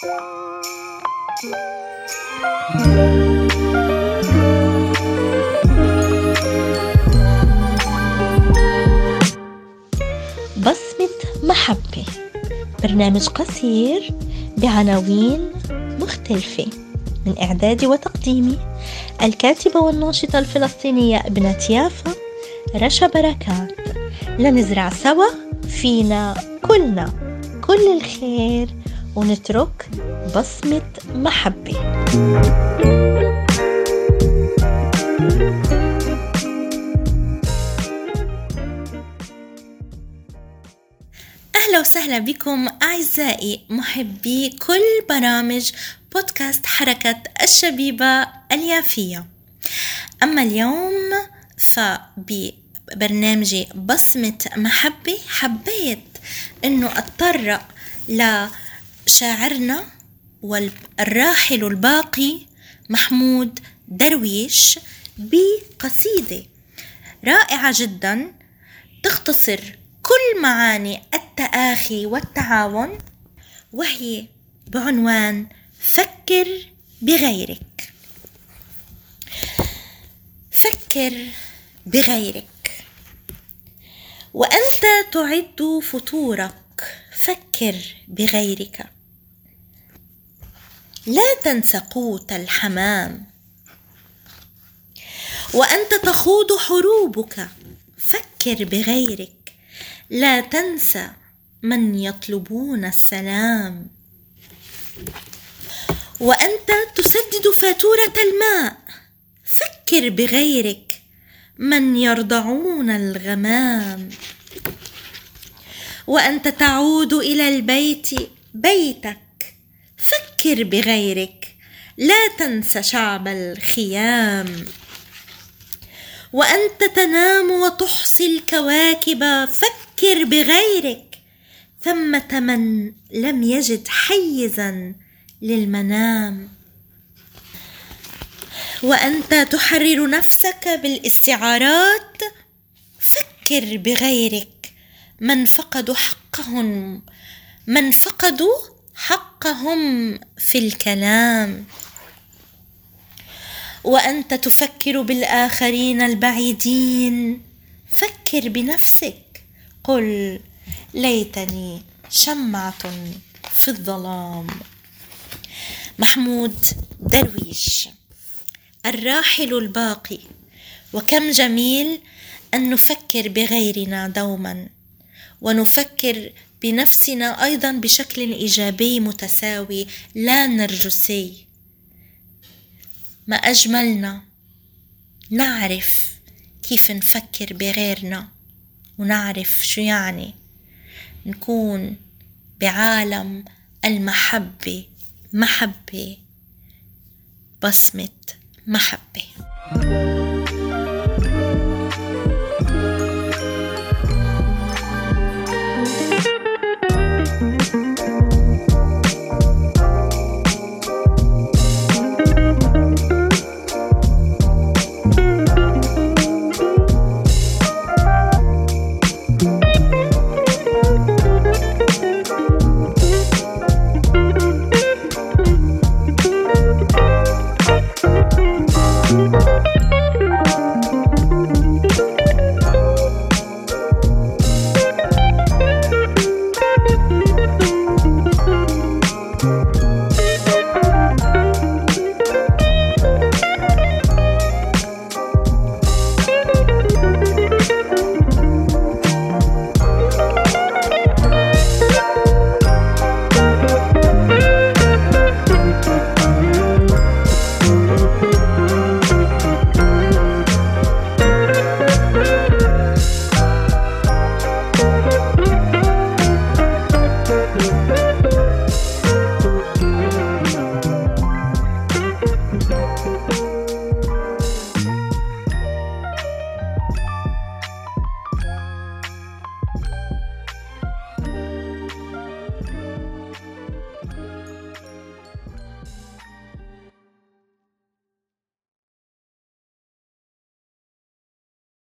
بصمة محبة، برنامج قصير بعناوين مختلفة، من إعدادي وتقديمي الكاتبة والناشطة الفلسطينية ابنة يافا رشا بركات، لنزرع سوا فينا كلنا كل الخير ونترك بصمة محبة. أهلا وسهلا بكم أعزائي محبي كل برامج بودكاست حركة الشبيبة اليافية. أما اليوم فببرنامجي بصمة محبة حبيت أنه أتطرق لشاعرنا والراحل الباقي محمود درويش بقصيدة رائعة جدا تختصر كل معاني التآخي والتعاون، وهي بعنوان فكر بغيرك. فكر بغيرك وأنت تعد فطورك، فكر بغيرك. لا تنس قوت الحمام وأنت تخوض حروبك، فكر بغيرك. لا تنسى من يطلبون السلام وأنت تسدد فاتورة الماء، فكر بغيرك. من يرضعون الغمام وأنت تعود إلى البيت بيتك، فكر بغيرك. لا تنسى شعب الخيام وأنت تنام وتحصي الكواكب، فكر بغيرك. ثمة من لم يجد حيزا للمنام وأنت تحرر نفسك بالاستعارات، فكر بغيرك. من فقدوا حقهم في الكلام وأنت تفكر بالآخرين البعيدين، فكر بنفسك. قل ليتني شمعة في الظلام. محمود درويش الراحل الباقي. وكم جميل أن نفكر بغيرنا دوما، ونفكر بنفسنا أيضا بشكل إيجابي متساوي لا نرجسي. ما أجملنا نعرف كيف نفكر بغيرنا، ونعرف شو يعني نكون بعالم المحبة، محبة، بصمة محبة.